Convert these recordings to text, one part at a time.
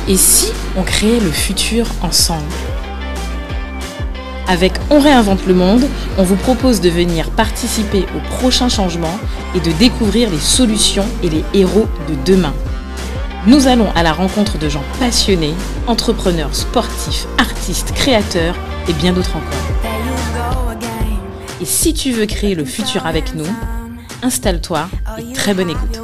Et si on créait le futur ensemble ? Avec On réinvente le monde, on vous propose de venir participer aux prochains changements et de découvrir les solutions et les héros de demain. Nous allons à la rencontre de gens passionnés, entrepreneurs, sportifs, artistes, créateurs et bien d'autres encore. Et si tu veux créer le futur avec nous, installe-toi et très bonne écoute.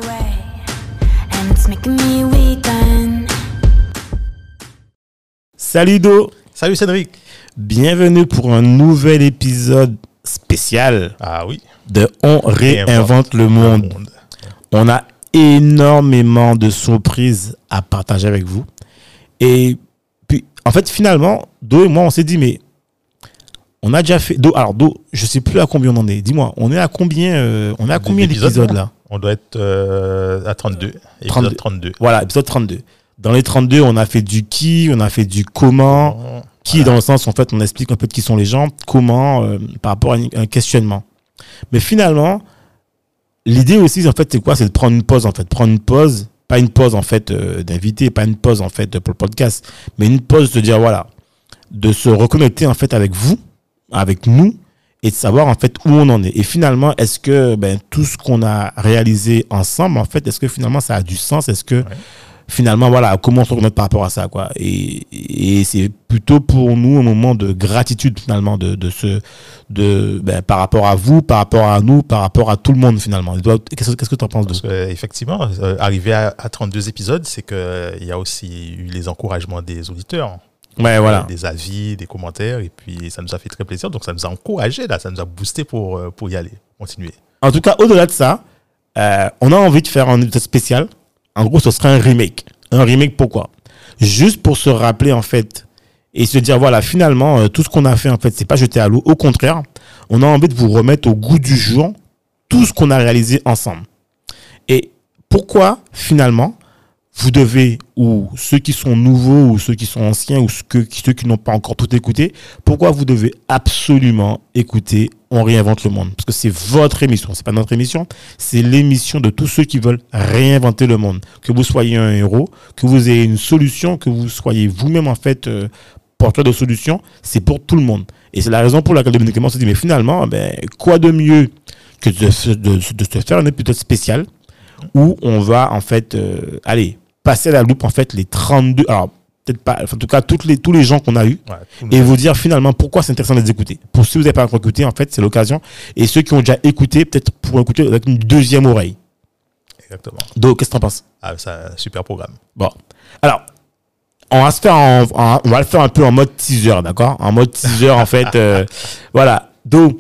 Salut Do. Salut Cédric. Bienvenue pour un nouvel épisode spécial de On réinvente le monde. On a énormément de surprises à partager avec vous. Et puis, en fait, finalement, Do et moi, on s'est dit, mais on a déjà fait... Do, je ne sais plus à combien on en est. Dis-moi, on est à combien, d'épisodes là ? On doit être à 32. Épisode 32. Voilà, épisode 32. Dans les 32, on a fait du qui, on a fait du comment. Qui, dans le sens, en fait, on explique un peu de qui sont les gens, comment, par rapport à un questionnement. Mais finalement, l'idée aussi, en fait, c'est quoi ? C'est de prendre une pause, en fait. Prendre une pause, pas une pause, en fait, d'invité, pas une pause, en fait, pour le podcast, mais une pause de dire, voilà, de se reconnecter, en fait, avec vous, avec nous, et de savoir, en fait, où on en est. Et finalement, est-ce que, tout ce qu'on a réalisé ensemble, en fait, est-ce que finalement, ça a du sens ? Est-ce que, finalement, voilà, comment on se reconnaît par rapport à ça, quoi. Et c'est plutôt pour nous un moment de gratitude, finalement, par rapport à vous, par rapport à nous, par rapport à tout le monde, finalement. Qu'est-ce que tu en penses de ça ? Effectivement, arriver à 32 épisodes, c'est qu'il y a aussi eu les encouragements des auditeurs. Ouais, voilà. Des avis, des commentaires, et puis ça nous a fait très plaisir. Donc ça nous a encouragé, là, ça nous a boosté pour y aller, continuer. En tout cas, au-delà de ça, on a envie de faire un épisode spécial. En gros, ce serait un remake. Un remake, pourquoi ? Juste pour se rappeler, en fait, et se dire, voilà, finalement, tout ce qu'on a fait, en fait, c'est pas jeté à l'eau. Au contraire, on a envie de vous remettre au goût du jour tout ce qu'on a réalisé ensemble. Et pourquoi, finalement, vous devez, ou ceux qui sont nouveaux, ou ceux qui sont anciens, ou ceux qui n'ont pas encore tout écouté, pourquoi vous devez absolument écouter On réinvente le monde ? Parce que c'est votre émission, c'est pas notre émission, c'est l'émission de tous ceux qui veulent réinventer le monde. Que vous soyez un héros, que vous ayez une solution, que vous soyez vous-même, en fait, porteur de solution, c'est pour tout le monde. Et c'est la raison pour laquelle Dominique Clément se dit, mais finalement, quoi de mieux que de se faire un épisode spécial où on va, en fait, passer à la loupe, en fait, les 32, alors peut-être pas, en tout cas, tous les gens qu'on a eu, et vous dire finalement pourquoi c'est intéressant de les écouter. Pour ceux qui n'avez pas encore écouté, en fait, c'est l'occasion. Et ceux qui ont déjà écouté, peut-être pour écouter avec une deuxième oreille. Exactement. Donc, qu'est-ce que tu en penses ? C'est un super programme. Bon. Alors, on va le faire un peu en mode teaser, d'accord ? En mode teaser, en fait, voilà. Donc,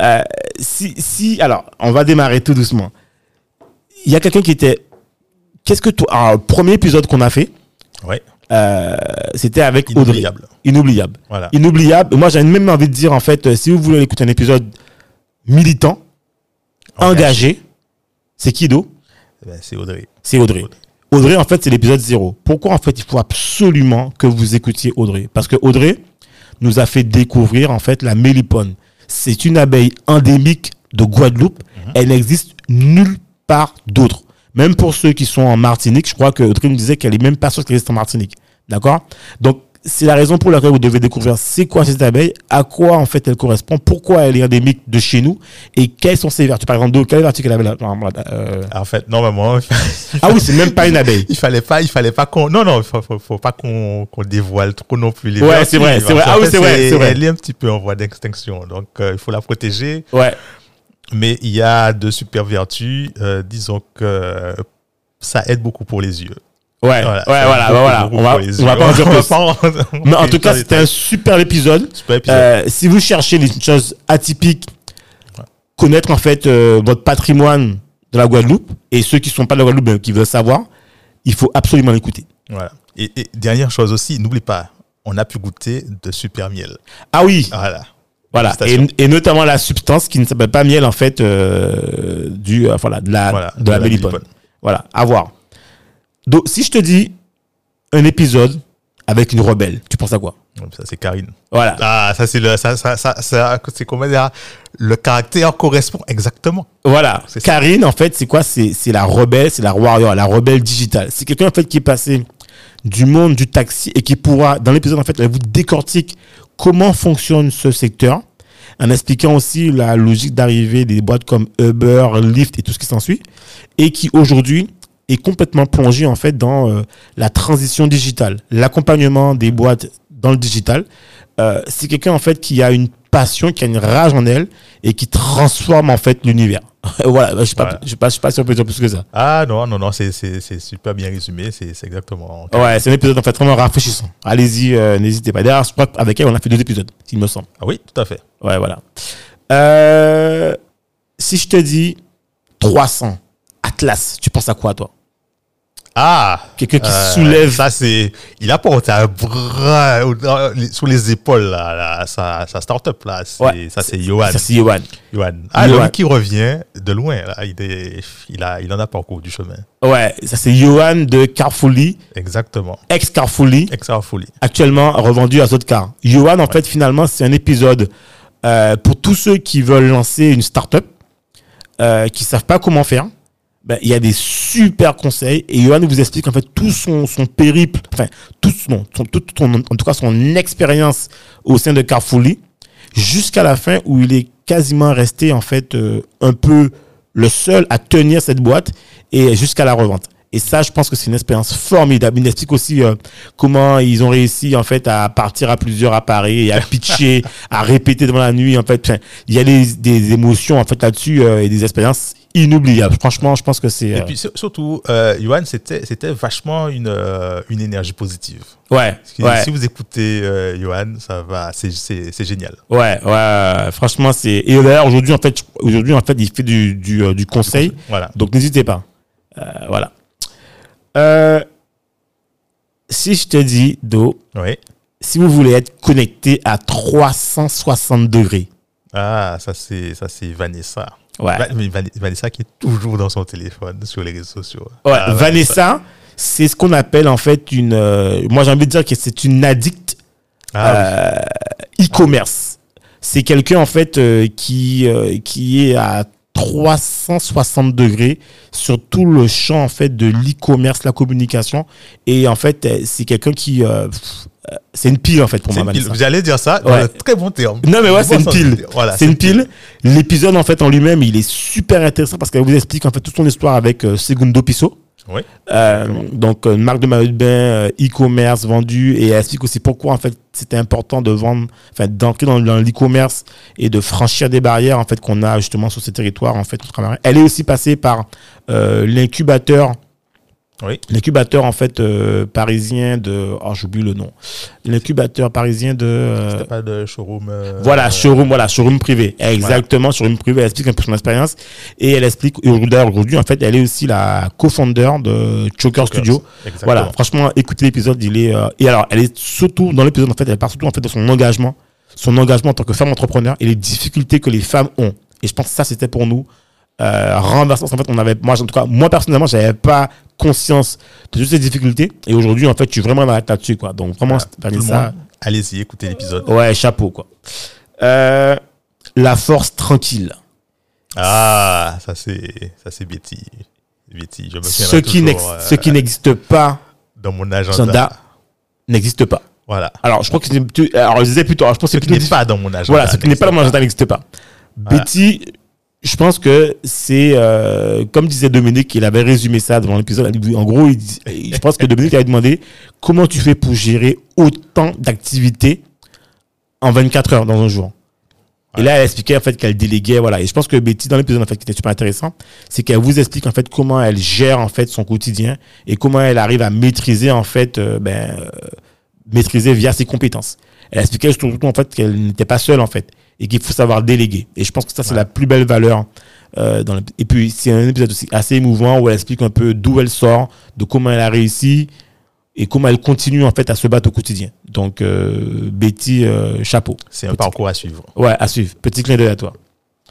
alors, on va démarrer tout doucement. Il y a quelqu'un qui était... Qu'est-ce que toi... Alors, le premier épisode qu'on a fait, c'était avec Audrey. Inoubliable. Voilà. Inoubliable. Moi, j'ai même envie de dire, en fait, si vous voulez écouter un épisode militant, engagé, c'est qui, Do ? C'est Audrey. C'est Audrey. Audrey, en fait, c'est l'épisode 0. Pourquoi, en fait, il faut absolument que vous écoutiez Audrey ? Parce que Audrey nous a fait découvrir, en fait, la mélipone. C'est une abeille endémique de Guadeloupe. Elle n'existe nulle part d'autre. Même pour ceux qui sont en Martinique, je crois que Audrey nous disait qu'elle est même pas sûre qu'elle existe en Martinique. D'accord ? Donc, c'est la raison pour laquelle vous devez découvrir c'est quoi cette abeille, à quoi en fait elle correspond, pourquoi elle est endémique de chez nous et quelles sont ses vertus. Par exemple, quelle vertu qu'elle avait là En fait, normalement... Ah oui, c'est même pas une abeille. Il fallait pas qu'on... Non, faut pas qu'on dévoile trop non plus les vertus. C'est vrai. Ah oui, c'est vrai. Elle est un petit peu en voie d'extinction, donc il faut la protéger. Ouais. Mais il y a de super vertus, disons que ça aide beaucoup pour les yeux. Voilà. On va pas en dire plus. Mais en tout cas, c'était un super épisode. Si vous cherchez des choses atypiques, connaître en fait votre patrimoine de la Guadeloupe et ceux qui ne sont pas de la Guadeloupe qui veulent savoir, il faut absolument l'écouter. Voilà. Et dernière chose aussi, n'oublie pas, on a pu goûter de super miel. Ah oui. Voilà. Et notamment la substance qui ne s'appelle pas miel en fait de la mélipone. Voilà, à voir. Donc si je te dis un épisode avec une rebelle, tu penses à quoi? Ça c'est Karine. Voilà. Ah, ça c'est comment dire, le caractère correspond exactement. Voilà. Karine en fait, c'est quoi? C'est la rebelle, c'est la warrior, la rebelle digitale. C'est quelqu'un en fait qui est passé du monde du taxi et qui pourra, dans l'épisode, en fait, elle vous décortique comment fonctionne ce secteur, en expliquant aussi la logique d'arrivée des boîtes comme Uber, Lyft et tout ce qui s'ensuit, et qui aujourd'hui est complètement plongé en fait dans la transition digitale, l'accompagnement des boîtes dans le digital. C'est quelqu'un en fait qui a une passion, qui a une rage en elle et qui transforme en fait l'univers. Voilà, je sais pas si on peut dire plus que ça. Ah non, c'est super bien résumé, c'est exactement. Ouais, c'est un épisode en fait vraiment rafraîchissant. Allez-y, n'hésitez pas. D'ailleurs, je crois qu'avec elle, on a fait 2 épisodes, il me semble. Ah oui, tout à fait. Ouais, voilà. Si je te dis 300, Atlas, tu penses à quoi, toi? Ah, quelqu'un qui soulève. Ça, c'est. Il apporte un bras sur les épaules, là, sa start-up, là. Ouais, ça, c'est Yoann. Ça, c'est Yoann. Ah, l'homme qui revient de loin, là. Il en a parcouru du chemin. Ouais, ça, c'est Yoann de Carfully. Exactement. Ex-Carfully. Ex-Carfully. Actuellement Actuellement revendu à Zotcar. Yoann, en fait, finalement, c'est un épisode pour tous ceux qui veulent lancer une start-up, qui savent pas comment faire. Ben, il y a des super conseils et Yoann vous explique en fait tout son périple, enfin en tout cas son expérience au sein de Carfully jusqu'à la fin où il est quasiment resté en fait un peu le seul à tenir cette boîte et jusqu'à la revente. Et ça, je pense que c'est une expérience formidable. Il explique aussi comment ils ont réussi en fait à partir à plusieurs à Paris, à pitcher, à répéter devant la nuit. En fait, enfin, il y a des émotions en fait là-dessus et des expériences inoubliables. Franchement, je pense que c'est. Et puis surtout, Yoann, c'était vachement une énergie positive. Ouais. Si vous écoutez Yoann, ça va, c'est génial. Ouais. Franchement, c'est. Et d'ailleurs, aujourd'hui, en fait, il fait du conseil. Voilà. Donc, n'hésitez pas. Voilà. Si je te dis, Do, oui. Si vous voulez être connecté à 360 degrés. Ah, ça c'est Vanessa. Ouais. Vanessa qui est toujours dans son téléphone, sur les réseaux sociaux. Ouais, Vanessa, c'est ce qu'on appelle en fait moi j'ai envie de dire que c'est une addict e-commerce. C'est quelqu'un en fait qui est à 360 degrés sur tout le champ en fait de l'e-commerce, la communication, et en fait c'est quelqu'un qui c'est une pile en fait pour moi. Vous allez dire ça, ouais. Très bon terme. Non mais ouais, c'est une pile. Voilà, c'est une pile. L'épisode en fait en lui-même, il est super intéressant parce qu'elle vous explique en fait toute son histoire avec Segundo Piso. Oui. Donc une marque de maillot de bain, e-commerce vendu, et elle explique aussi pourquoi en fait c'était important de vendre, enfin d'entrer dans l'e-commerce et de franchir des barrières en fait qu'on a justement sur ces territoires en fait ultramarins. Elle est aussi passée par l'incubateur. Oui. L'incubateur en fait parisien de j'oublie le nom. L'incubateur parisien de c'était pas de showroom showroom privé. Exactement, voilà. Showroom privé, elle explique un peu son expérience et elle explique aujourd'hui en fait, elle est aussi la co-founder de Choker Studio. Exactement. Voilà, franchement, écoutez l'épisode, il est et alors, elle est surtout dans l'épisode en fait, elle parle surtout en fait de son engagement en tant que femme entrepreneur et les difficultés que les femmes ont. Et je pense que ça c'était pour nous renversant. En fait, moi personnellement, j'avais pas conscience de toutes ces difficultés et aujourd'hui en fait je suis vraiment dans la tête là-dessus quoi. Donc vraiment ça, allez-y, écoutez l'épisode. Ouais, chapeau quoi. La force tranquille. Ah, ça c'est Betty, je me ce qui n'existe pas dans mon agenda n'existe pas. Voilà. Alors je crois que je disais plutôt, je pense ce qui n'est pas dans mon agenda. Voilà, ce qui n'est pas dans mon agenda n'existe pas. Voilà. Betty, je pense que c'est, comme disait Dominique, il avait résumé ça dans l'épisode. En gros, je pense que Dominique avait demandé comment tu fais pour gérer autant d'activités en 24 heures dans un jour. Ouais. Et là, elle expliquait en fait qu'elle déléguait, voilà. Et je pense que Betty, dans l'épisode en fait, qui était super intéressant, c'est qu'elle vous explique en fait comment elle gère en fait son quotidien et comment elle arrive à maîtriser en fait, maîtriser via ses compétences. Elle expliquait surtout en fait qu'elle n'était pas seule en fait et qu'il faut savoir déléguer. Et je pense que ça c'est la plus belle valeur. Et puis c'est un épisode aussi assez émouvant où elle explique un peu d'où elle sort, de comment elle a réussi et comment elle continue en fait à se battre au quotidien. Donc Betty, chapeau. C'est un parcours à suivre. Ouais, à suivre. Petit clin d'œil à toi.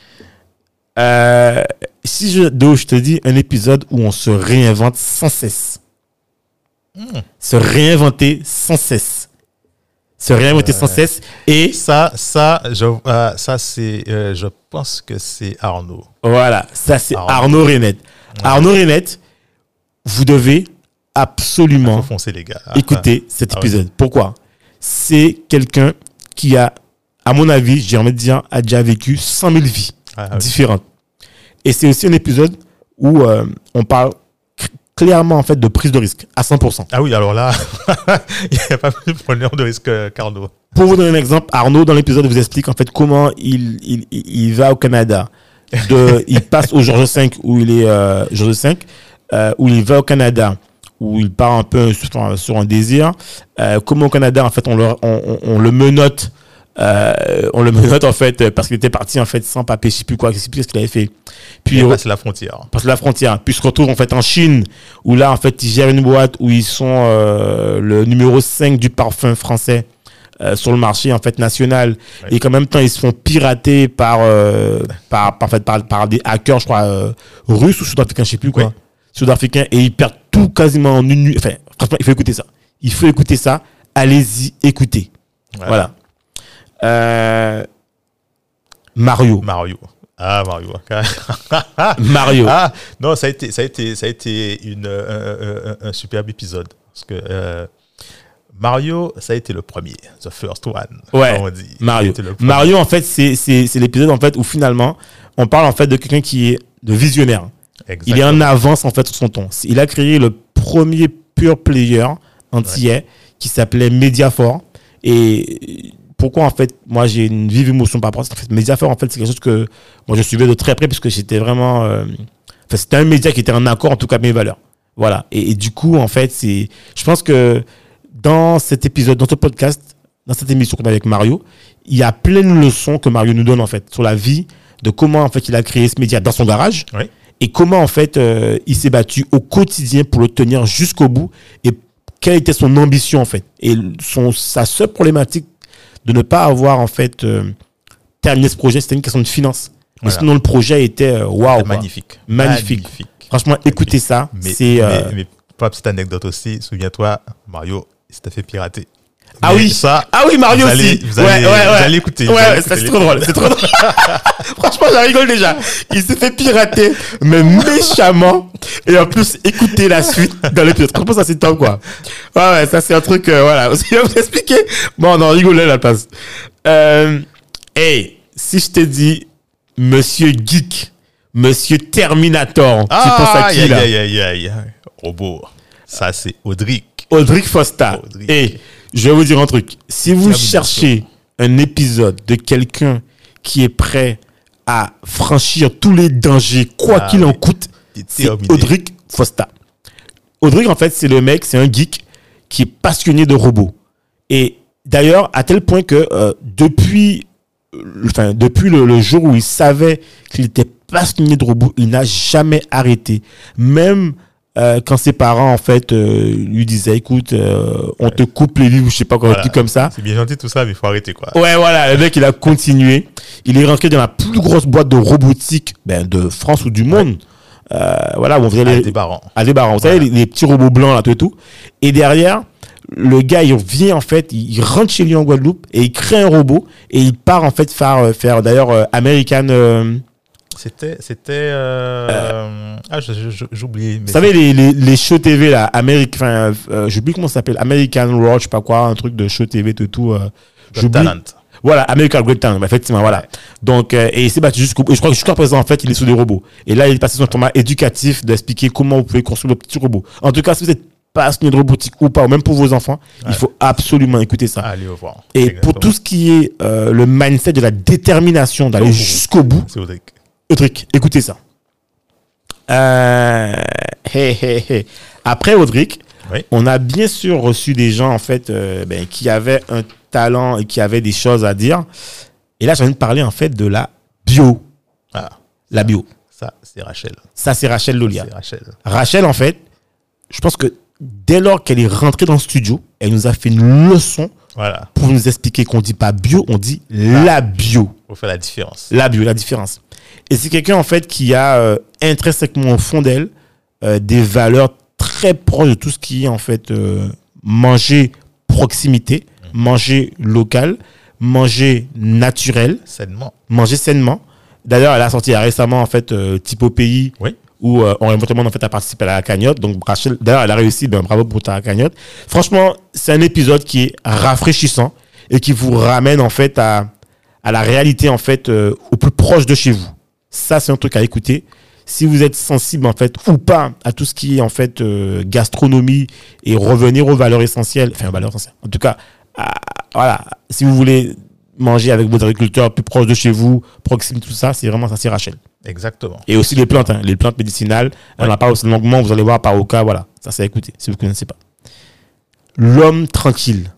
Si je te dis un épisode où on se réinvente sans cesse. Se réinventer sans cesse. Se réinventer sans cesse. Et ça c'est, je pense que c'est Arnaud. Voilà, ça c'est Arnaud Renette. Arnaud Renette, vous devez absolument Faut foncer, les gars. écouter cet Ah épisode. Pourquoi? C'est quelqu'un qui a, à mon avis, j'ai envie de dire, a déjà vécu 100 000 vies différentes. Et c'est aussi un épisode où on parle clairement en fait de prise de risque à 100%. Ah oui, alors là, il n'y a pas plus de preneur de risque qu'Arnaud. Pour vous donner un exemple, Arnaud, dans l'épisode, vous explique en fait comment il va au Canada. Il passe au Georges V où il est Georges V, où il va au Canada, où il part un peu sur un désir. Comment au Canada, en fait, on le menotte. On le menotte en fait parce qu'il était parti en fait sans papier, je sais plus quoi, je sais plus ce qu'il avait fait. Puis il passe la frontière. Passe la frontière. Puis il se retrouve en fait en Chine où là en fait ils gèrent une boîte où ils sont le numéro 5 du parfum français sur le marché en fait national. Ouais. Et qu'en même temps ils se font pirater par des hackers, je crois russes ou sud-africains, je sais plus quoi. Ouais. Sud-africains, et ils perdent tout quasiment en une nuit. Enfin, franchement, il faut écouter ça. Il faut écouter ça. Allez-y, écoutez. Ouais. Voilà. Mario. Ah, Mario. Mario. Ah, non, ça a été un superbe épisode. Parce que Mario, ça a été le premier. The first one. Ouais. On dit. Mario, en fait, c'est l'épisode en fait, où finalement, on parle en fait de quelqu'un qui est de visionnaire. Exactement. Il est en avance en fait sur son temps. Il a créé le premier pure player entier qui s'appelait Mediafor. Et pourquoi en fait moi j'ai une vive émotion par rapport à ça. En fait, Mediafor en fait c'est quelque chose que moi je suivais de très près parce que j'étais vraiment c'était un média qui était en accord en tout cas avec mes valeurs. Voilà. Et du coup en fait je pense que dans cet épisode, dans ce podcast, dans cette émission qu'on a avec Mario, il y a plein de leçons que Mario nous donne en fait sur la vie, de comment en fait il a créé ce média dans son garage. Oui. Et comment en fait il s'est battu au quotidien pour le tenir jusqu'au bout, et quelle était son ambition en fait, et sa seule problématique de ne pas avoir en fait terminé ce projet, c'était une question de finance. Mais sinon le projet était waouh, magnifique. Franchement, écoutez ça. Mais pas petite anecdote aussi, souviens-toi, Mario, il s'était fait pirater. Ah oui, Mario aussi. Vous allez écouter. C'est trop drôle. Franchement, j'en rigole déjà. Il s'est fait pirater, mais méchamment. Et en plus, écoutez la suite dans l'épisode. Franchement, ça c'est top, quoi. Ouais, ça c'est un truc, voilà. Je vais vous expliquer. Bon, on en rigolait la place. Hey, si je te dis Monsieur Geek, Monsieur Terminator, tu penses à qui là? Robot. Ça c'est Audric Foster. Et je vais vous dire un truc. Si vous cherchez un épisode de quelqu'un qui est prêt à franchir tous les dangers, quoi qu'il en coûte, c'est Audric Foster. Audric, en fait, c'est le mec, c'est un geek qui est passionné de robots. Et d'ailleurs, à tel point que depuis le jour où il savait qu'il était passionné de robots, il n'a jamais arrêté. Même quand ses parents en fait lui disaient écoute on te coupe les livres, je sais pas quoi, un truc comme ça. C'est bien gentil tout ça, mais il faut arrêter quoi. Ouais, voilà, le mec il a continué. Il est rentré dans la plus grosse boîte de robotique de France ou du monde. Voilà, où on faisait Aldébaran. Vous savez les petits robots blancs là, tout. Et derrière, le gars il vient en fait, il rentre chez lui en Guadeloupe et il crée un robot et il part en fait faire d'ailleurs American. C'était j'oubliais. Vous savez les shows TV là, j'oublie comment ça s'appelle, American Rock, je sais pas quoi, un truc de show TV tout. Talent. Voilà, American Great Talent, effectivement, voilà. Donc et il s'est battu jusqu'au bout. Je crois que jusqu'à présent en fait, il est sur des robots. Et là, il est passé sur un format éducatif d'expliquer comment vous pouvez construire le petit robot. En tout cas, si vous êtes passionné de robotique ou pas, ou même pour vos enfants, il faut absolument écouter ça. Allez au voir. Et exactement. Pour tout ce qui est le mindset de la détermination d'aller jusqu'au bout. C'est Audric, écoutez ça. Après Audric, on a bien sûr reçu des gens en fait qui avaient un talent et qui avaient des choses à dire. Et là, j'ai envie de parler en fait de la bio. La bio. Ça, c'est Rachel. Ça, c'est Rachel Lolia. Rachel, en fait, je pense que dès lors qu'elle est rentrée dans le studio, elle nous a fait une leçon pour nous expliquer qu'on ne dit pas bio, on dit la bio. Il faut faire la différence. La bio, la différence. Et c'est quelqu'un, en fait, qui a intrinsèquement au fond d'elle des valeurs très proches de tout ce qui est, en fait, manger proximité, manger local, manger naturel. Sainement. Manger sainement. D'ailleurs, elle a sorti récemment, en fait, Type au pays, où on éventuellement en fait à participer à la cagnotte. Donc Rachel, d'ailleurs, elle a réussi, bravo pour ta cagnotte. Franchement, c'est un épisode qui est rafraîchissant et qui vous ramène en fait à la réalité en fait au plus proche de chez vous. Ça, c'est un truc à écouter. Si vous êtes sensible en fait ou pas à tout ce qui est en fait gastronomie et revenir aux valeurs essentielles, en tout cas, voilà, si vous voulez manger avec vos agriculteurs plus proches de chez vous, proximité, tout ça, c'est vraiment ça, c'est Rachel. Exactement. Et aussi les plantes médicinales. On en parle aussi longuement, vous allez voir par Oka, voilà, ça c'est à écouter si vous ne connaissez pas. L'homme tranquille.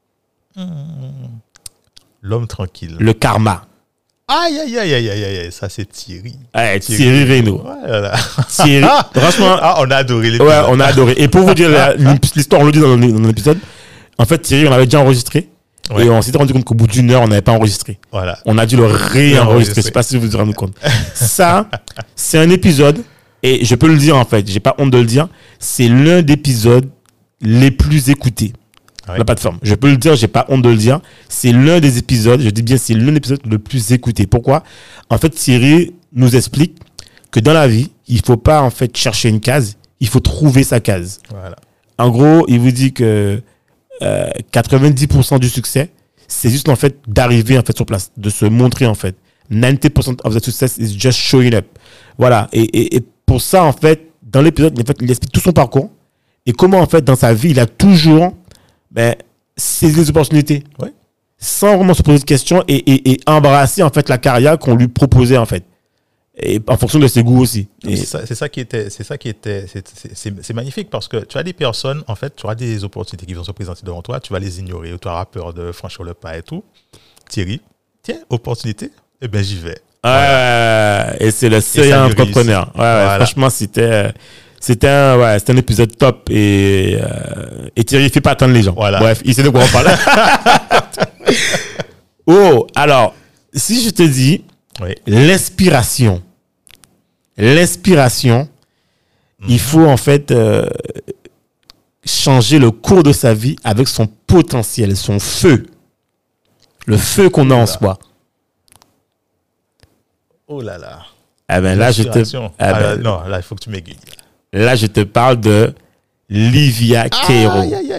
L'homme tranquille. Le karma. Aïe, ça c'est Thierry. Ouais, Thierry Reynaud. Voilà. Thierry, franchement. On a adoré l'épisode. Ouais, on a adoré. Et pour vous dire l'histoire, on le dit dans l'épisode, en fait, Thierry, on avait déjà enregistré. Ouais. Et on s'était rendu compte qu'au bout d'une heure, on n'avait pas enregistré. Voilà. On a dû le réenregistrer. Je ne sais pas si vous vous rendez compte. Ça, c'est un épisode, et je peux le dire en fait, j'ai pas honte de le dire, c'est l'un des épisodes les plus écoutés. Ouais. La plateforme. Je peux le dire, j'ai pas honte de le dire. C'est l'un des épisodes, je dis bien, c'est l'un des épisodes le plus écouté. Pourquoi ? En fait, Thierry nous explique que dans la vie, il faut pas en fait chercher une case, il faut trouver sa case. Voilà. En gros, il vous dit que 90% du succès, c'est juste en fait d'arriver en fait sur place, de se montrer en fait. 90% of the success is just showing up. Voilà. Et pour ça, en fait, dans l'épisode, en fait, il explique tout son parcours et comment en fait dans sa vie, il a toujours saisi les opportunités, ouais, sans vraiment se poser de questions et embrasser en fait la carrière qu'on lui proposait en fait, et en fonction de ses goûts aussi. C'est magnifique parce que tu as des personnes, en fait, tu as des opportunités qui vont se présenter devant toi, tu vas les ignorer ou tu auras peur de franchir le pas et tout. Thierry, tiens, opportunité, eh bien j'y vais. Et c'est le serial entrepreneur. Voilà. Franchement, c'était un épisode top et Thierry ne fait pas attendre les gens. Voilà. Bref, il sait de quoi on parle. Alors, si je te dis l'inspiration, il faut en fait changer le cours de sa vie avec son potentiel, son feu. Le feu qu'on a en soi. Oh là là. Ah ben là, non, là, il faut que tu m'aiguilles. Là, je te parle de Livia Queiro.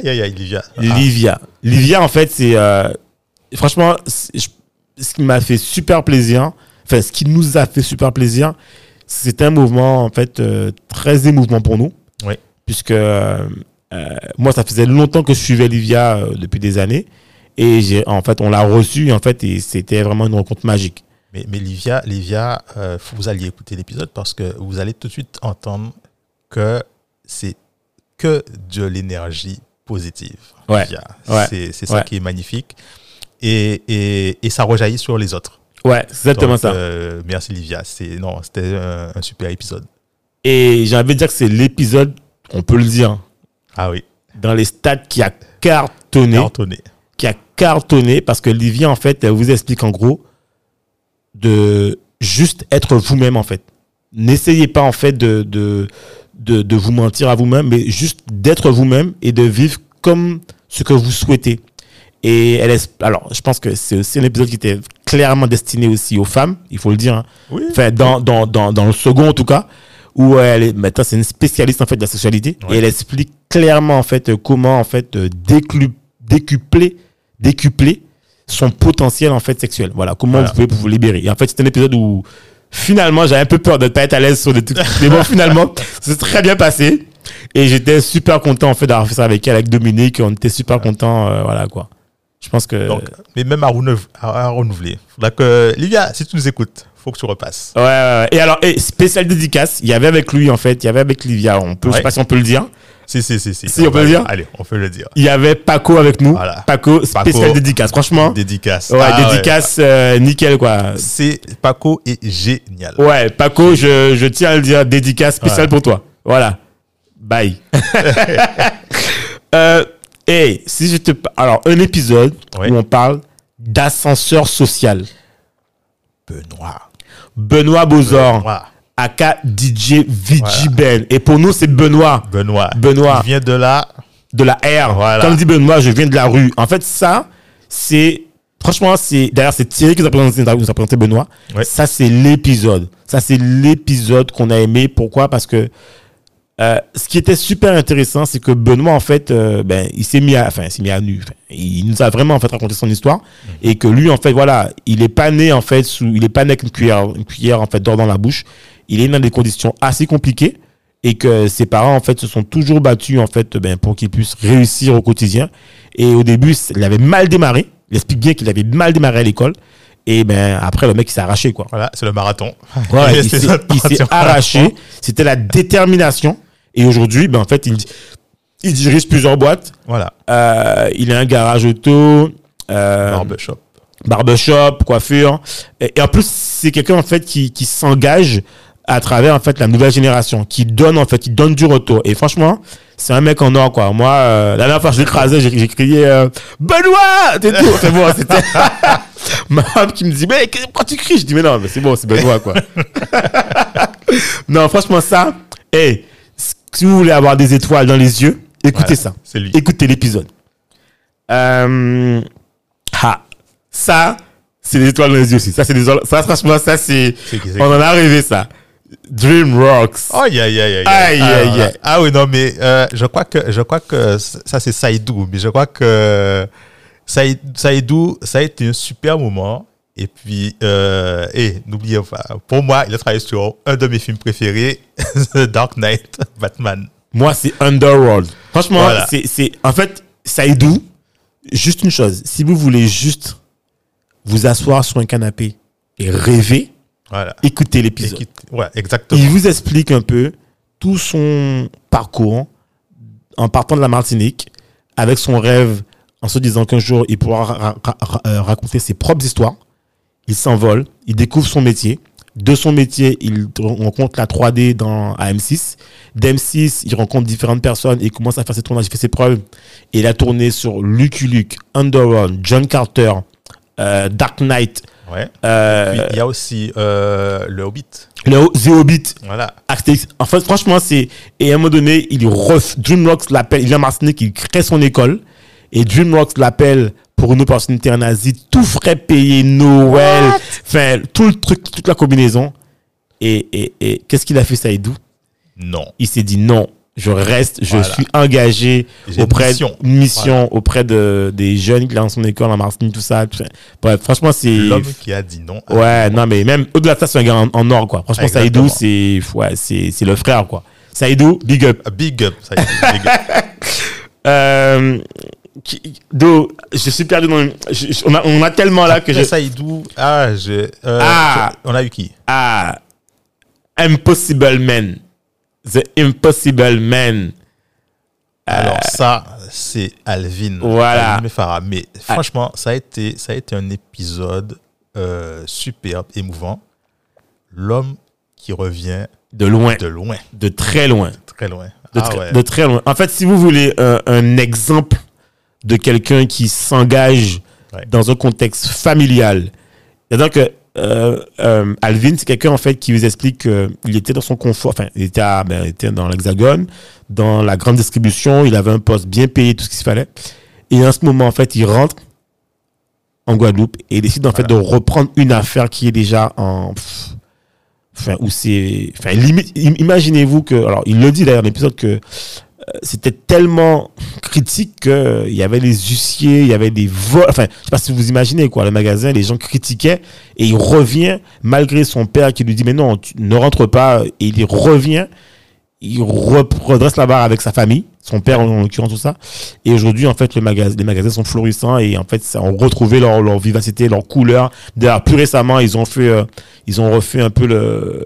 Livia, en fait, c'est... franchement, ce qui m'a fait super plaisir, enfin, ce qui nous a fait super plaisir, c'est un mouvement, en fait, très émouvant pour nous. Oui. Puisque moi, ça faisait longtemps que je suivais Livia depuis des années. Et en fait, on l'a reçue, en fait, et c'était vraiment une rencontre magique. Mais Livia, vous alliez écouter l'épisode parce que vous allez tout de suite entendre que c'est que de l'énergie positive. Ouais. C'est ça qui est magnifique. Et ça rejaillit sur les autres. Ouais, c'est exactement ça. Merci Livia. C'était un super épisode. Et j'ai envie de dire que c'est l'épisode, on peut le dire. Ah oui. Dans les stats qui a cartonné. Qui a cartonné parce que Livia, en fait, elle vous explique en gros de juste être vous-même, en fait. N'essayez pas, en fait, de vous mentir à vous-même, mais juste d'être vous-même et de vivre comme ce que vous souhaitez. Et alors, je pense que c'est aussi un épisode qui était clairement destiné aussi aux femmes, il faut le dire. Hein. Oui. Enfin, dans le second, en tout cas, où maintenant, c'est une spécialiste, en fait, de la sexualité. Ouais. Et elle explique clairement, en fait, comment, en fait, décupler son potentiel, en fait, sexuel. Voilà, comment vous pouvez vous libérer. Et en fait, c'est un épisode où, finalement, j'avais un peu peur de ne pas être à l'aise sur des trucs. Mais bon, finalement, c'est très bien passé. Et j'étais super content, en fait, d'avoir fait ça avec elle, avec Dominique. On était super contents, voilà, quoi. Je pense que... Donc, mais même à renouveler. Donc, Livia, si tu nous écoutes, faut que tu repasses. Ouais. Et alors, spéciale dédicace, il y avait avec lui, en fait, il y avait avec Livia, je sais pas si on peut le dire. Si. Si, on peut le dire. Allez, on peut le dire. Il y avait Paco avec nous. Voilà. Paco, spéciale dédicace, franchement. Dédicace. Ouais, dédicace, nickel, quoi. Paco est génial. Ouais, Paco, je tiens à le dire, dédicace spéciale pour toi. Voilà. Bye. Si je te... Alors, un épisode où on parle d'ascenseur social. Benoît Bozor. Aka DJ VG Ben. Et pour nous, c'est Benoît. Il vient de la R. Voilà. Comme dit Benoît, je viens de la rue. En fait, ça, c'est Franchement, d'ailleurs, c'est Thierry qui nous a présenté Benoît. Ouais. Ça, c'est l'épisode. Ça, c'est l'épisode qu'on a aimé. Pourquoi? Parce que ce qui était super intéressant, c'est que Benoît, en fait, il s'est mis à nu. Enfin, il nous a vraiment, en fait, raconté son histoire. Et que lui, en fait, voilà, il est pas né, en fait, il est pas né avec une cuillère, en fait, d'or dans la bouche. Il est né dans des conditions assez compliquées. Et que ses parents, en fait, se sont toujours battus, en fait, pour qu'il puisse réussir au quotidien. Et au début, il avait mal démarré. Il explique bien qu'il avait mal démarré à l'école. Et après, le mec, il s'est arraché, quoi. Voilà, c'est le marathon. Ouais, il s'est arraché. C'était la détermination. Et aujourd'hui, en fait, il dirige plusieurs boîtes. Voilà. Il a un garage auto. Barbershop, coiffure. Et en plus, c'est quelqu'un, en fait, qui s'engage à travers, en fait, la nouvelle génération, qui donne du retour. Et franchement, c'est un mec en or, quoi. Moi, la dernière fois que je l'écrasais, j'ai crié Benoît! C'est tout. C'est bon, c'était ma femme qui me dit, mais pourquoi tu cries? Je dis, mais non, mais c'est bon, c'est Benoît, quoi. Non, franchement, ça, si vous voulez avoir des étoiles dans les yeux, écoutez ça. C'est lui. Écoutez l'épisode. Ça, c'est des étoiles dans les yeux aussi. Ça, franchement, ça, on en a rêvé, ça. DreamWorks. Aïe. Ah oui, non, mais je crois que ça, c'est Saïdou. Mais je crois que Saïdou, ça a été un super moment. Et puis, n'oubliez pas, pour moi, il a travaillé sur un de mes films préférés, The Dark Knight, Batman. Moi, c'est Underworld. Franchement, voilà. En fait, Saïdou, juste une chose. Si vous voulez juste vous asseoir sur un canapé et rêver, voilà. Écoutez l'épisode. Ouais, exactement. Il vous explique un peu tout son parcours en partant de la Martinique avec son rêve en se disant qu'un jour, il pourra raconter ses propres histoires. Il s'envole, il découvre son métier. De son métier, il rencontre la 3D à M6. D'M6, il rencontre différentes personnes et il commence à faire ses tournages, il fait ses preuves. Et il a tourné sur Lucky Luke, Underworld, John Carter, Dark Knight. Ouais. Il y a aussi le Hobbit. The Hobbit. Voilà. Astérix. En fait, franchement, et à un moment donné, DreamWorks l'appelle, il vient à Martinique, il crée son école. Et DreamWorks l'appelle pour une opportunité en Asie, tout frais payé, Noël, enfin, tout le truc, toute la combinaison. Et qu'est-ce qu'il a fait, Saïdou? Non. Il s'est dit non, je reste, je suis engagé auprès d'une mission auprès des jeunes qui ont son école en Martinique, tout ça. Bref, franchement, c'est l'homme qui a dit non. Ouais, non, mais même au-delà de ça, c'est un gars en or, quoi. Franchement, exactement. Saïdou, c'est le frère, quoi. Saïdou, big up. Big up, Saïdou, big up. Je suis perdu dans on a tellement là que Saïdou, on a eu qui? Impossible Man. The Impossible Man. Alors ça, c'est Alvin. Voilà. Alvin Farah. Mais franchement, ça a été un épisode superbe, émouvant. L'homme qui revient de loin. De très loin. Très loin. De très loin. En fait, si vous voulez un exemple de quelqu'un qui s'engage dans un contexte familial, c'est-à-dire que Alvin, c'est quelqu'un en fait qui vous explique qu'il était dans son confort, enfin il était dans l'Hexagone, dans la grande distribution, il avait un poste bien payé, tout ce qu'il fallait, et en ce moment en fait il rentre en Guadeloupe et il décide en fait de reprendre une affaire qui est déjà limite, imaginez-vous que, alors il le dit d'ailleurs dans l'épisode que c'était tellement critique qu'il y avait des huissiers, il y avait des vols. Enfin, je sais pas si vous imaginez, quoi. Le magasin, les gens critiquaient et il revient, malgré son père qui lui dit, mais non, tu ne rentres pas. Et il revient, il redresse la barre avec sa famille, son père en l'occurrence, tout ça. Et aujourd'hui, en fait, les magasins sont florissants et en fait, ça ont retrouvé leur vivacité, leur couleur. D'ailleurs, plus récemment, ils ont refait un peu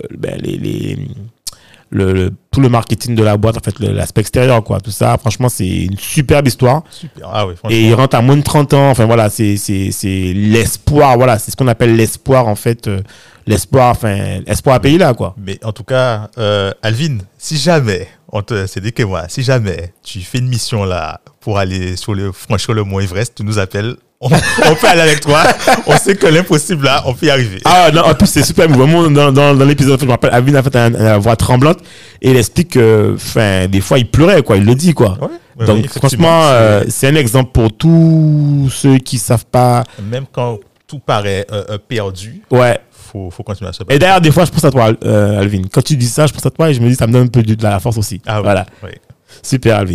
tout le marketing de la boîte, en fait, l'aspect extérieur, quoi. Tout ça, franchement, c'est une superbe histoire. Super. Ah oui, franchement. Et il rentre à moins de 30 ans. Enfin, voilà, c'est l'espoir. Voilà, c'est ce qu'on appelle l'espoir, en fait. Espoir à payer là, quoi. Mais en tout cas, Alvin, si jamais, c'est dit que moi, si jamais tu fais une mission là pour aller franchir le mont Everest, tu nous appelles. On peut aller avec toi. On sait que l'impossible là, on peut y arriver. Ah non, en plus c'est super émouvant. Dans l'épisode, je me rappelle, Alvin a fait la voix tremblante et il explique que, des fois il pleurait, quoi. Il le dit, quoi. Ouais. Donc, franchement, c'est un exemple pour tous ceux qui savent pas. Même quand tout paraît perdu. Ouais. Faut continuer à se battre. Et d'ailleurs, des fois, je pense à toi, Alvin. Quand tu dis ça, je pense à toi et je me dis, ça me donne un peu de la force aussi. Ah, voilà. Oui. Super, Alvin.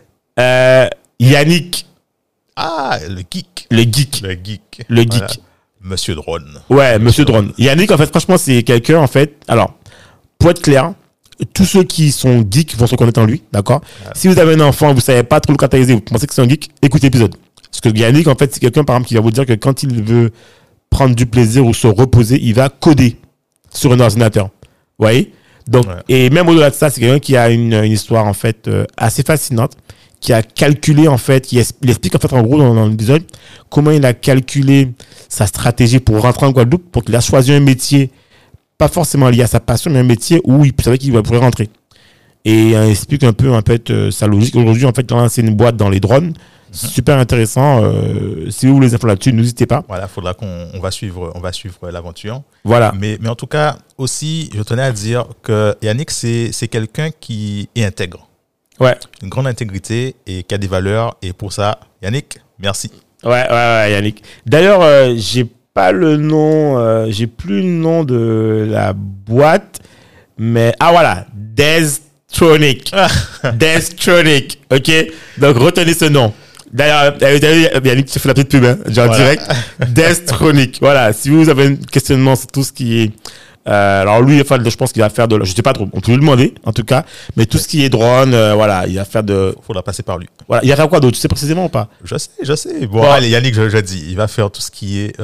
Yannick. Ah, le geek. Le geek. Le geek. Monsieur Drone. Ouais, Monsieur Drone. Yannick, en fait, franchement, c'est quelqu'un, en fait. Alors, pour être clair, tous ceux qui sont geeks vont se reconnaître en lui, d'accord? Si vous avez un enfant, vous savez pas trop le catégoriser, vous pensez que c'est un geek, écoutez l'épisode. Parce que Yannick, en fait, c'est quelqu'un, par exemple, qui va vous dire que quand il veut prendre du plaisir ou se reposer, il va coder sur un ordinateur. Vous voyez? Donc, et même au-delà de ça, c'est quelqu'un qui a une histoire, en fait, assez fascinante, qui a calculé, en fait, il explique, en fait, en gros, dans l'épisode, comment il a calculé sa stratégie pour rentrer en Guadeloupe, pour qu'il a choisi un métier, pas forcément lié à sa passion, mais un métier où il savait qu'il pourrait rentrer. Et il explique un peu, en fait, sa logique. Aujourd'hui, en fait, il a lancé une boîte dans les drones. Super intéressant. Si vous voulez les infos là-dessus, n'hésitez pas. Voilà, faudra qu'on va suivre l'aventure. Voilà. Mais en tout cas, aussi, je tenais à dire que Yannick, c'est quelqu'un qui est intègre. Ouais. Une grande intégrité et qui a des valeurs. Et pour ça, Yannick, merci. Ouais, Yannick. D'ailleurs, j'ai pas le nom, j'ai plus le nom de la boîte, mais voilà, Destronic. Destronic, ok. Donc retenez ce nom. D'ailleurs, Yannick, tu fais la petite pub, hein, genre direct. Destronic. Voilà, si vous avez un questionnement sur tout ce qui est alors lui, je pense qu'il va faire je sais pas trop, on peut lui demander en tout cas, mais tout ce qui est drone, voilà, il va faire faudra passer par lui. Voilà, il va faire quoi d'autre, tu sais précisément ou pas? Je sais. Bon, allez, Yannick, je dis, il va faire tout ce qui est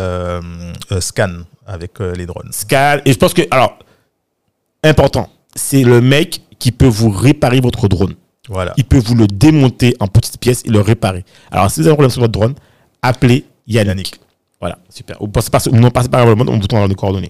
scan avec les drones. Scan, et je pense que, alors, important, c'est le mec qui peut vous réparer votre drone. Voilà. Il peut vous le démonter en petites pièces et le réparer. Alors, si vous avez un problème sur votre drone, appelez Yannick. Voilà, super. Ou passez par le monde, on vous donne les coordonnées.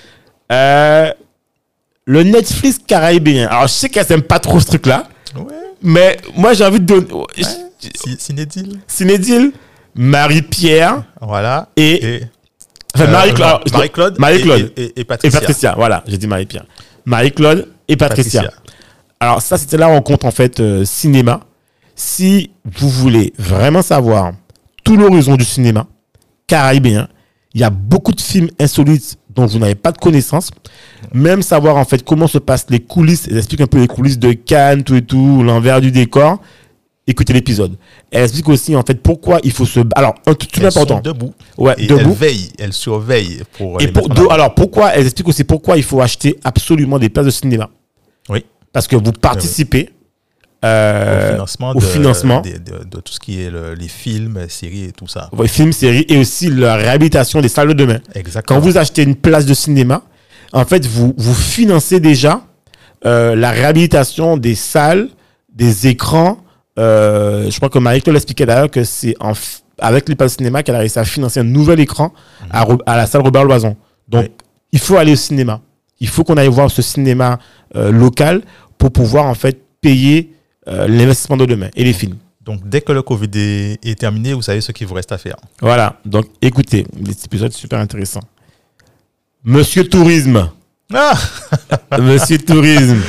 Le Netflix caribéen. Alors, je sais qu'elle n'aime pas trop ce truc-là. Ouais. Mais moi, j'ai envie de donner. Cinédile. Marie-Pierre. Voilà. Enfin, Marie-Claude. Et Patricia. Voilà, j'ai dit Marie-Pierre. Marie-Claude et Patricia. Alors, ça, c'était la rencontre, en fait, cinéma. Si vous voulez vraiment savoir tout l'horizon du cinéma caribéen, il y a beaucoup de films insolites dont vous n'avez pas de connaissances. Même savoir, en fait, comment se passent les coulisses. Elle explique un peu les coulisses de Cannes, tout et tout, l'envers du décor. Écoutez l'épisode. Elle explique aussi, en fait, pourquoi il faut se... Alors, un truc important. Debout. Ouais, et debout. Elle surveille pour... Alors, pourquoi... Elle explique aussi pourquoi il faut acheter absolument des places de cinéma. Oui. Parce que vous participez au financement de tout ce qui est les films, les séries et tout ça. Les films, séries et aussi la réhabilitation des salles de demain. Exactement. Quand vous achetez une place de cinéma, en fait, vous financez déjà la réhabilitation des salles, des écrans. Je crois que Marie-Claude l'expliquait d'ailleurs que c'est avec les places de cinéma qu'elle a réussi à financer un nouvel écran à la salle Robert Loison. Donc, il faut aller au cinéma. Il faut qu'on aille voir ce cinéma local pour pouvoir en fait payer l'investissement de demain et les films. Donc, dès que le Covid est terminé, vous savez ce qu'il vous reste à faire. Voilà. Donc, écoutez, cet épisode est super intéressant. Monsieur Tourisme. Monsieur Tourisme.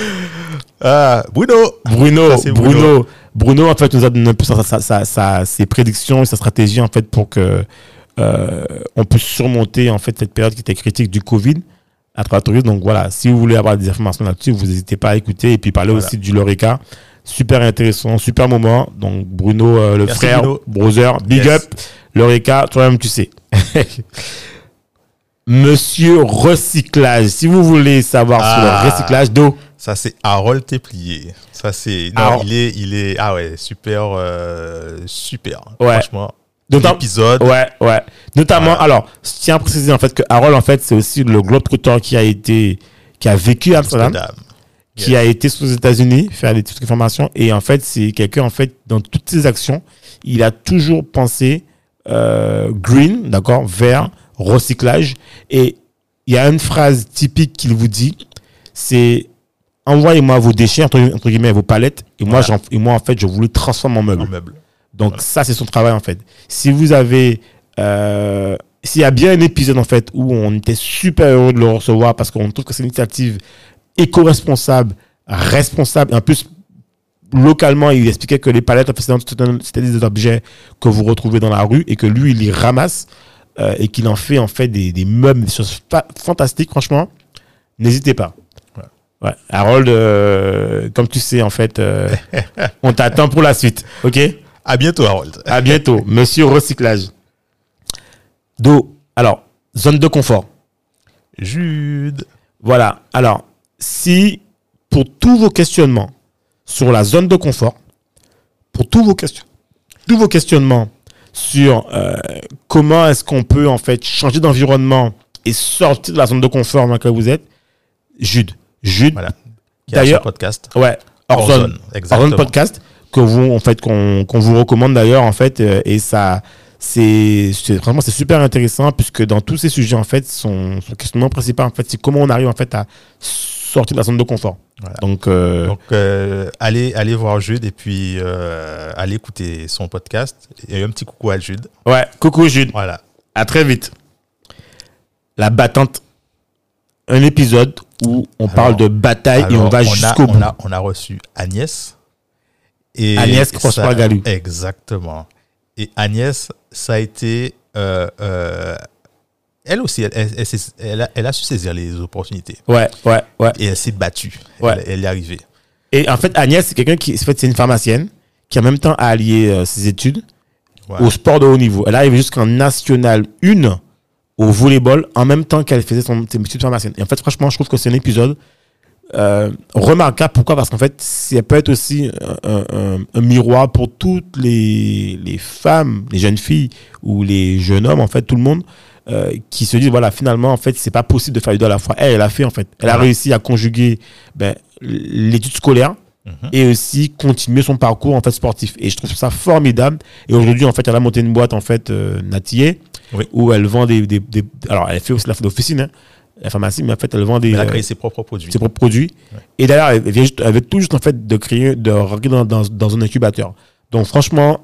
Bruno, en fait, nous a donné un peu ses prédictions et sa stratégie, en fait, pour que on puisse surmonter, en fait, cette période qui était critique du Covid à travers le tourisme. Donc, voilà. Si vous voulez avoir des informations là-dessus, vous n'hésitez pas à écouter et puis parler aussi du Lorica. Super intéressant, super moment. Donc, Bruno, Merci frère, Bruno. Brother, big up. Lorica, toi-même, tu sais. Monsieur Recyclage. Si vous voulez savoir sur le recyclage d'eau. Ça, c'est Harold Teplier. Ça, c'est. Non, il est. Ah ouais, super. Ouais. Franchement. L'épisode. Ouais. Notamment, alors, je tiens à préciser, en fait, que Harold, en fait, c'est aussi le globe-trotteur qui a vécu à Amsterdam. Qui a été aux États-Unis faire des petites formations. Et en fait, c'est quelqu'un, en fait, dans toutes ses actions, il a toujours pensé green, d'accord, vert, recyclage. Et il y a une phrase typique qu'il vous dit, c'est envoyez-moi vos déchets, entre guillemets, vos palettes, et moi, en fait, je vous les transforme en meubles. Donc, ça, c'est son travail, en fait. Si vous avez... s'il y a bien un épisode, en fait, où on était super heureux de le recevoir parce qu'on trouve que c'est une initiative éco-responsable, responsable, et en plus, localement, il expliquait que les palettes, en fait, c'était des objets que vous retrouvez dans la rue et que lui, il les ramasse et qu'il en fait, des meubles, des choses fantastiques, franchement. N'hésitez pas. Ouais. Harold, comme tu sais, en fait, on t'attend pour la suite. OK? À bientôt, Harold. À bientôt, monsieur recyclage. Alors, zone de confort. Jude. Voilà. Alors, si pour tous vos questionnements sur la zone de confort, pour tous vos questionnements sur comment est-ce qu'on peut en fait changer d'environnement et sortir de la zone de confort dans laquelle vous êtes, Jude. Voilà. D'ailleurs, podcast. Ouais. Hors zone podcast que vous en fait qu'on vous recommande d'ailleurs en fait et ça vraiment c'est super intéressant puisque dans tous ces sujets en fait son questionnement principal en fait c'est comment on arrive en fait à sortir de la zone de confort. Voilà. Donc allez voir Jude et puis allez écouter son podcast et un petit coucou à Jude. Ouais, coucou Jude. Voilà. À très vite. La battante, un épisode où on parle de bataille et on va jusqu'au bout. On a reçu Agnès. Et Agnès Prosper-Galu. Exactement. Et Agnès, ça a été... elle aussi, elle a su saisir les opportunités. Ouais. Et elle s'est battue. Ouais. Elle est arrivée. Et en fait, Agnès, c'est quelqu'un qui... En fait, c'est une pharmacienne qui en même temps a allié ses études au sport de haut niveau. Elle arrive jusqu'en National 1 au volleyball en même temps qu'elle faisait ses études de pharmacienne. Et en fait, franchement, je trouve que c'est un épisode remarquable. Pourquoi? Parce qu'en fait, ça peut être aussi un miroir pour toutes les femmes, les jeunes filles ou les jeunes hommes, en fait, tout le monde qui se disent, voilà, finalement, en fait, c'est pas possible de faire les deux à la fois. Elle a fait, en fait. Elle a réussi à conjuguer l'étude scolaire et aussi continuer son parcours, en fait, sportif. Et je trouve ça formidable. Et aujourd'hui, en fait, elle a monté une boîte, en fait, Natillé, où elle vend alors, elle fait aussi la officine, hein, la pharmacie, mais en fait, elle vend elle a créé ses propres produits. Ouais. Et d'ailleurs, elle vient tout juste, en fait, de rentrer dans un incubateur. Donc, franchement,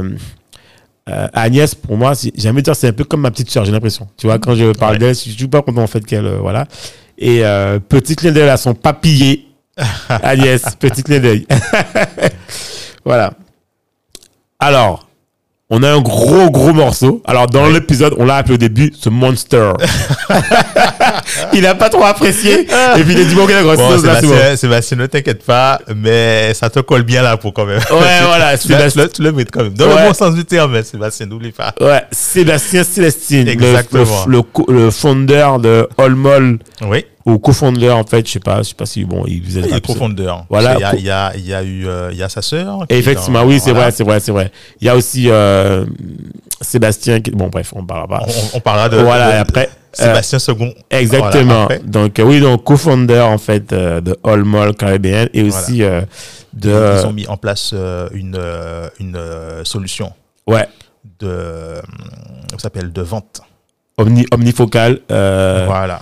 Agnès, pour moi, j'ai envie de dire, c'est un peu comme ma petite sœur, j'ai l'impression. Tu vois, quand je parle d'elle, je suis super content, en fait, qu'elle, voilà. Et petit clin d'œil à son papillé, Agnès, petit clin d'œil. Voilà. Alors, on a un gros morceau. Alors, dans l'épisode, on l'a appelé au début ce Monster. Il n'a pas trop apprécié. Et puis, il a dit, bon, Sébastien, ne t'inquiète pas, mais ça te colle bien là pour quand même. Ouais, voilà. Sébastien, tu le mets quand même. Dans le bon sens du terme, mais Sébastien, n'oublie pas. Ouais, Sébastien Célestine. Exactement. Le founder de All Mall. Oui. Ou co-founder, en fait, je sais pas si bon, il faisait il est co-founder. Voilà. Il y a sa sœur. Effectivement, oui, c'est vrai. Il y a aussi Sébastien bon, bref, on parlera pas. On parlera de. Voilà, et après. Sébastien Second. Exactement. Voilà, donc, donc, co-founder, en fait, de All Mall Caribbean et aussi ils ont mis en place une solution. Ouais. Ça s'appelle de vente. Omnifocal. Voilà.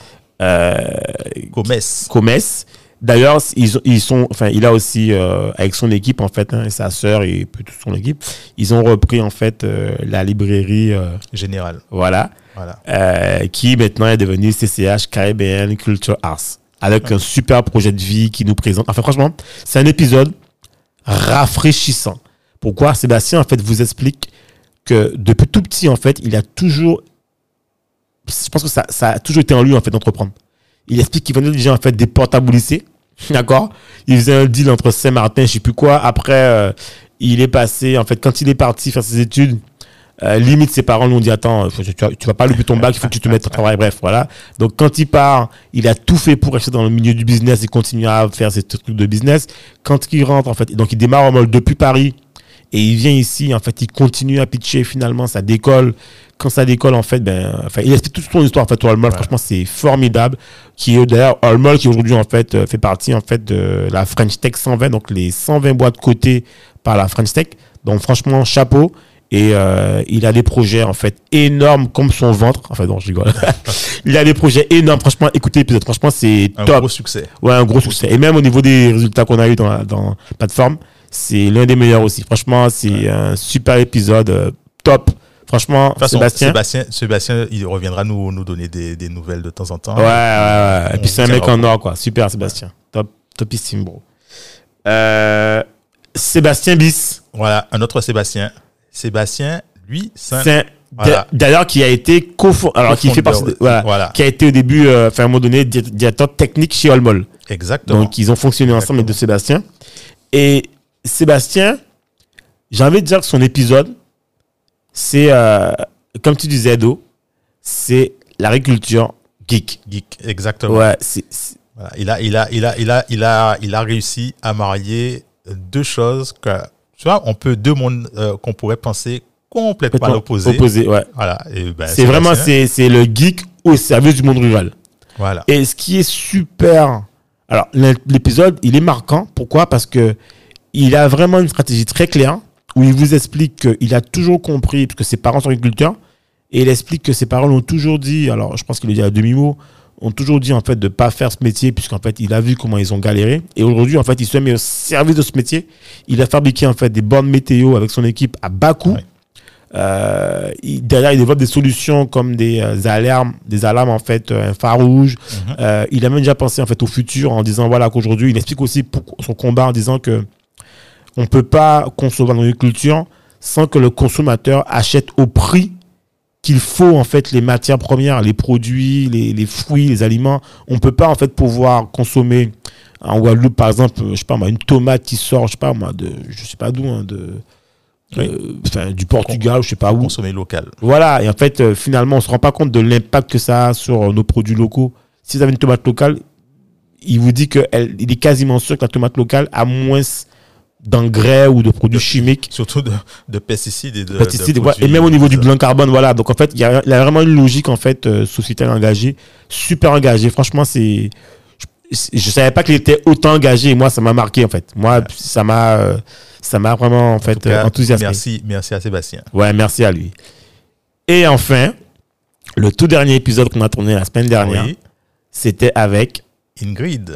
Comès. D'ailleurs, il a aussi, avec son équipe, en fait, et sa sœur et toute son équipe, ils ont repris, en fait, la librairie Générale. Voilà. Qui maintenant est devenue CCH Caribbean Culture Arts. Avec un super projet de vie qui nous présente. Enfin, franchement, c'est un épisode rafraîchissant. Pourquoi? Sébastien, en fait, vous explique que depuis tout petit, en fait, il a toujours. Je pense que ça a toujours été en lui, en fait, d'entreprendre. Il explique qu'il venait déjà, en fait, des portables au lycée. D'accord? Il faisait un deal entre Saint-Martin, je sais plus quoi. Après, il est passé, en fait, quand il est parti faire ses études, limite, ses parents lui ont dit, attends, tu vas pas louper ton bac, il faut que tu te mettes au travail. Bref, voilà. Donc, quand il part, il a tout fait pour rester dans le milieu du business et continuer à faire ses trucs de business. Quand il rentre, en fait, donc il démarre en mode depuis Paris et il vient ici, en fait, il continue à pitcher, finalement, ça décolle. Quand ça décolle, en fait, il explique toute son histoire, en fait, au All Mall. Franchement, c'est formidable. D'ailleurs, All Mall, qui aujourd'hui, en fait, fait partie, en fait, de la French Tech 120, donc les 120 boîtes cotées par la French Tech. Donc, franchement, chapeau. Et il a des projets, en fait, énormes comme son ventre. Enfin, non, je rigole. Il a des projets énormes. Franchement, écoutez l'épisode. Franchement, c'est top. Un gros succès. Ouais, un gros succès. Et même au niveau des résultats qu'on a eu dans la plateforme, c'est l'un des meilleurs aussi. Franchement, c'est un super épisode top. Franchement, de toute façon, Sébastien, il reviendra nous donner des nouvelles de temps en temps. Ouais. Et puis c'est un mec en or, quoi. Super, Sébastien. Topissime, bro. Sébastien Bis. Voilà, un autre Sébastien. Sébastien, lui, d'ailleurs, qui a été qui fait partie qui a été au début, à un moment donné, directeur technique chez Olmol. Exactement. Donc, ils ont fonctionné ensemble, les deux Sébastien. Et Sébastien, j'ai envie de dire que son épisode, c'est, comme tu disais, Edo, c'est l'agriculture geek. Geek, exactement. Ouais, voilà. Il a réussi à marier deux choses que, tu vois, deux mondes qu'on pourrait penser complètement opposés. Ouais. Voilà. Et c'est vraiment, c'est le geek au service du monde rural. Voilà. Et ce qui est super, alors l'épisode, il est marquant. Pourquoi? Parce que il a vraiment une stratégie très claire où il vous explique qu'il a toujours compris, parce que ses parents sont agriculteurs, et il explique que ses parents l'ont toujours dit, alors je pense qu'il le dit à demi-mot, ont toujours dit en fait de pas faire ce métier puisqu'en fait il a vu comment ils ont galéré, et aujourd'hui en fait il se met au service de ce métier. Il a fabriqué en fait des bornes météo avec son équipe à bas coût. Derrière il développe des solutions comme des alarmes en fait infrarouges. Il a même déjà pensé en fait au futur en disant voilà qu'aujourd'hui il explique aussi son combat en disant que on peut pas concevoir l'agriculture sans que le consommateur achète au prix qu'il faut en fait les matières premières, les produits, les fruits, les aliments. On peut pas en fait pouvoir consommer en Guadeloupe par exemple, je sais pas moi, une tomate qui sort, je sais pas d'où, hein, du Portugal, je sais pas où. Consommer local. Voilà, et en fait finalement on se rend pas compte de l'impact que ça a sur nos produits locaux. Si vous avez une tomate locale, il vous dit il est quasiment sûr que la tomate locale a moins d'engrais ou de produits chimiques, surtout de pesticides et et même au niveau du bilan carbone. Voilà, donc en fait il y a vraiment une logique en fait sociétale engagée, super engagée. Franchement, je savais pas qu'il était autant engagé, et moi ça m'a marqué en fait. Ça m'a vraiment en fait enthousiasmé. Merci à Sébastien. Ouais, merci à lui. Et enfin, le tout dernier épisode qu'on a tourné la semaine dernière, c'était avec Ingrid,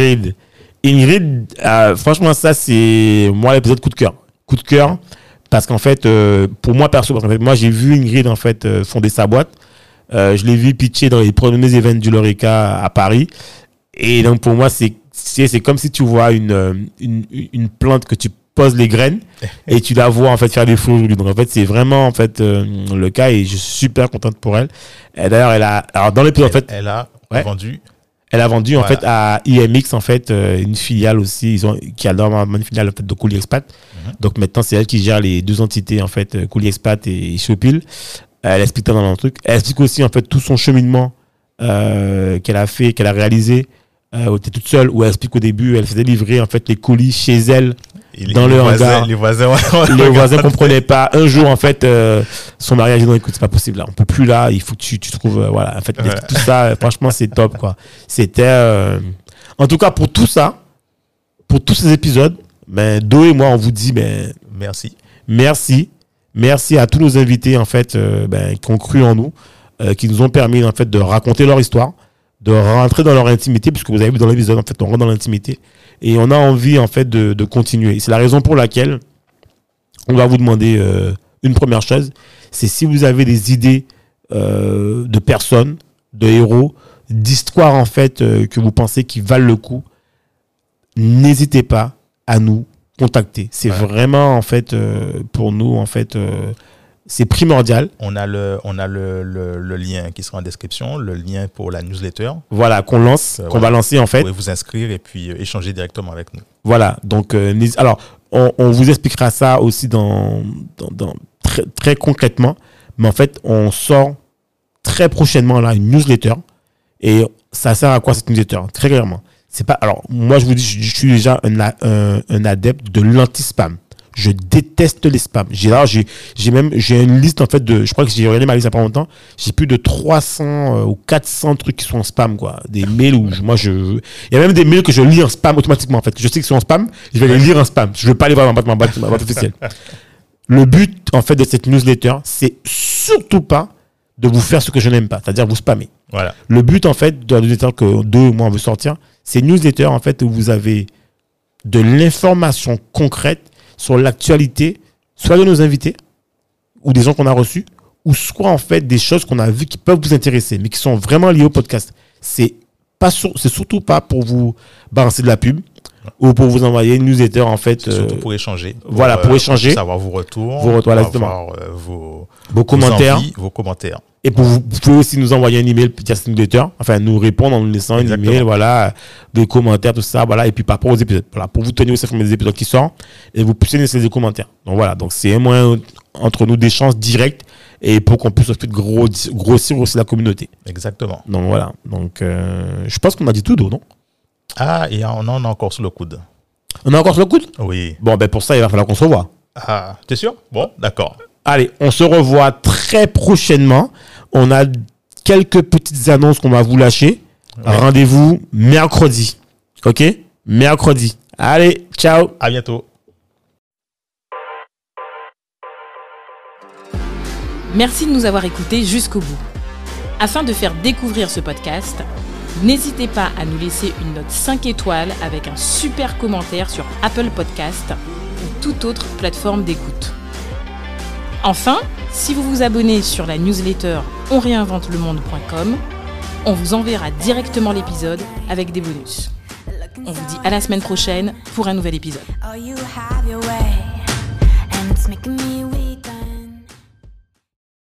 franchement, ça, c'est moi l'épisode coup de cœur. Coup de cœur, parce qu'en fait, pour moi perso, parce qu'en fait, moi j'ai vu Ingrid en fait fonder sa boîte. Je l'ai vu pitcher dans les premiers événements du Lorica à Paris. Et donc pour moi, c'est comme si tu vois une plante que tu poses les graines et tu la vois en fait faire des fruits. Donc en fait, c'est vraiment en fait le cas, et je suis super contente pour elle. Et d'ailleurs, dans l'épisode en fait, elle a vendu. Elle a vendu en fait à IMX en fait une filiale aussi, qui a normalement une filiale en fait de Couli Expat. Donc maintenant c'est elle qui gère les deux entités en fait, Couli Expat et Shopil. Elle explique dans le truc. Elle explique aussi en fait tout son cheminement qu'elle a réalisé. Elle était toute seule, où elle explique qu'au début elle faisait livrer en fait les colis chez elle. Dans le hangar, les voisins comprenaient pas. Un jour, en fait, son mariage dit non, écoute, c'est pas possible là, on peut plus là, il faut que tu trouves, voilà. En fait, tout ça, franchement, c'est top, quoi. C'était, en tout cas, pour tout ça, pour tous ces épisodes, Do et moi, on vous dit, merci à tous nos invités, en fait, qui ont cru en nous, qui nous ont permis, en fait, de raconter leur histoire, de rentrer dans leur intimité, puisque vous avez vu dans l'épisode, en fait, on rentre dans l'intimité. Et on a envie, en fait, de continuer. C'est la raison pour laquelle on va vous demander une première chose. C'est si vous avez des idées de personnes, de héros, d'histoires, en fait, que vous pensez qui valent le coup, n'hésitez pas à nous contacter. C'est vraiment, en fait, pour nous, en fait, c'est primordial. On a le lien qui sera en description, le lien pour la newsletter. Voilà, qu'on va lancer en fait. Vous pouvez vous inscrire et puis échanger directement avec nous. Voilà, donc alors on vous expliquera ça aussi dans très, très concrètement, mais en fait on sort très prochainement là une newsletter, et ça sert à quoi cette newsletter? Très clairement, c'est pas. Alors moi je vous dis, je suis déjà un adepte de l'anti-spam. Je déteste les spams. J'ai une liste en fait je crois que j'ai regardé ma liste il y a pas longtemps. J'ai plus de 300 ou 400 trucs qui sont en spam, quoi. Des mails où il y a même des mails que je lis en spam automatiquement, en fait. Je sais qu'ils sont en spam, je vais les lire en spam. Je veux pas les voir dans ma boîte officielle. Le but en fait de cette newsletter, c'est surtout pas de vous faire ce que je n'aime pas, c'est-à-dire vous spammer. Voilà. Le but en fait de la newsletter que Do et moi on veut sortir, c'est une newsletter en fait où vous avez de l'information concrète sur l'actualité, soit de nos invités ou des gens qu'on a reçus, ou soit en fait des choses qu'on a vues qui peuvent vous intéresser, mais qui sont vraiment liées au podcast. C'est surtout pas pour vous balancer de la pub. ou pour vous envoyer une newsletter en fait. Surtout pour échanger. Voilà, pour échanger. Pour savoir vos retours. Vos retours, avoir vos commentaires. Vos commentaires. Et vous pouvez aussi nous envoyer un email via cette newsletter, enfin nous répondre en nous laissant un email, voilà, des commentaires, tout ça, voilà, et puis par rapport aux épisodes, voilà, pour vous tenir aussi informé des épisodes qui sortent, et vous puissiez laisser des commentaires. Donc voilà, donc c'est un moyen entre nous d'échange direct et pour qu'on puisse ensuite grossir aussi la communauté. Exactement. Donc voilà, donc je pense qu'on a dit tout, non? Ah, et on en a encore sous le coude. On a encore sur le coude? Oui. Bon, ben pour ça, il va falloir qu'on se revoie. Ah, t'es sûr? Bon, d'accord. Allez, on se revoit très prochainement. On a quelques petites annonces qu'on va vous lâcher. Ouais. Rendez-vous mercredi. OK? Mercredi. Allez, ciao. À bientôt. Merci de nous avoir écoutés jusqu'au bout. Afin de faire découvrir ce podcast, n'hésitez pas à nous laisser une note 5 étoiles avec un super commentaire sur Apple Podcast ou toute autre plateforme d'écoute. Enfin, si vous vous abonnez sur la newsletter onréinventelemonde.com, on vous enverra directement l'épisode avec des bonus. On vous dit à la semaine prochaine pour un nouvel épisode.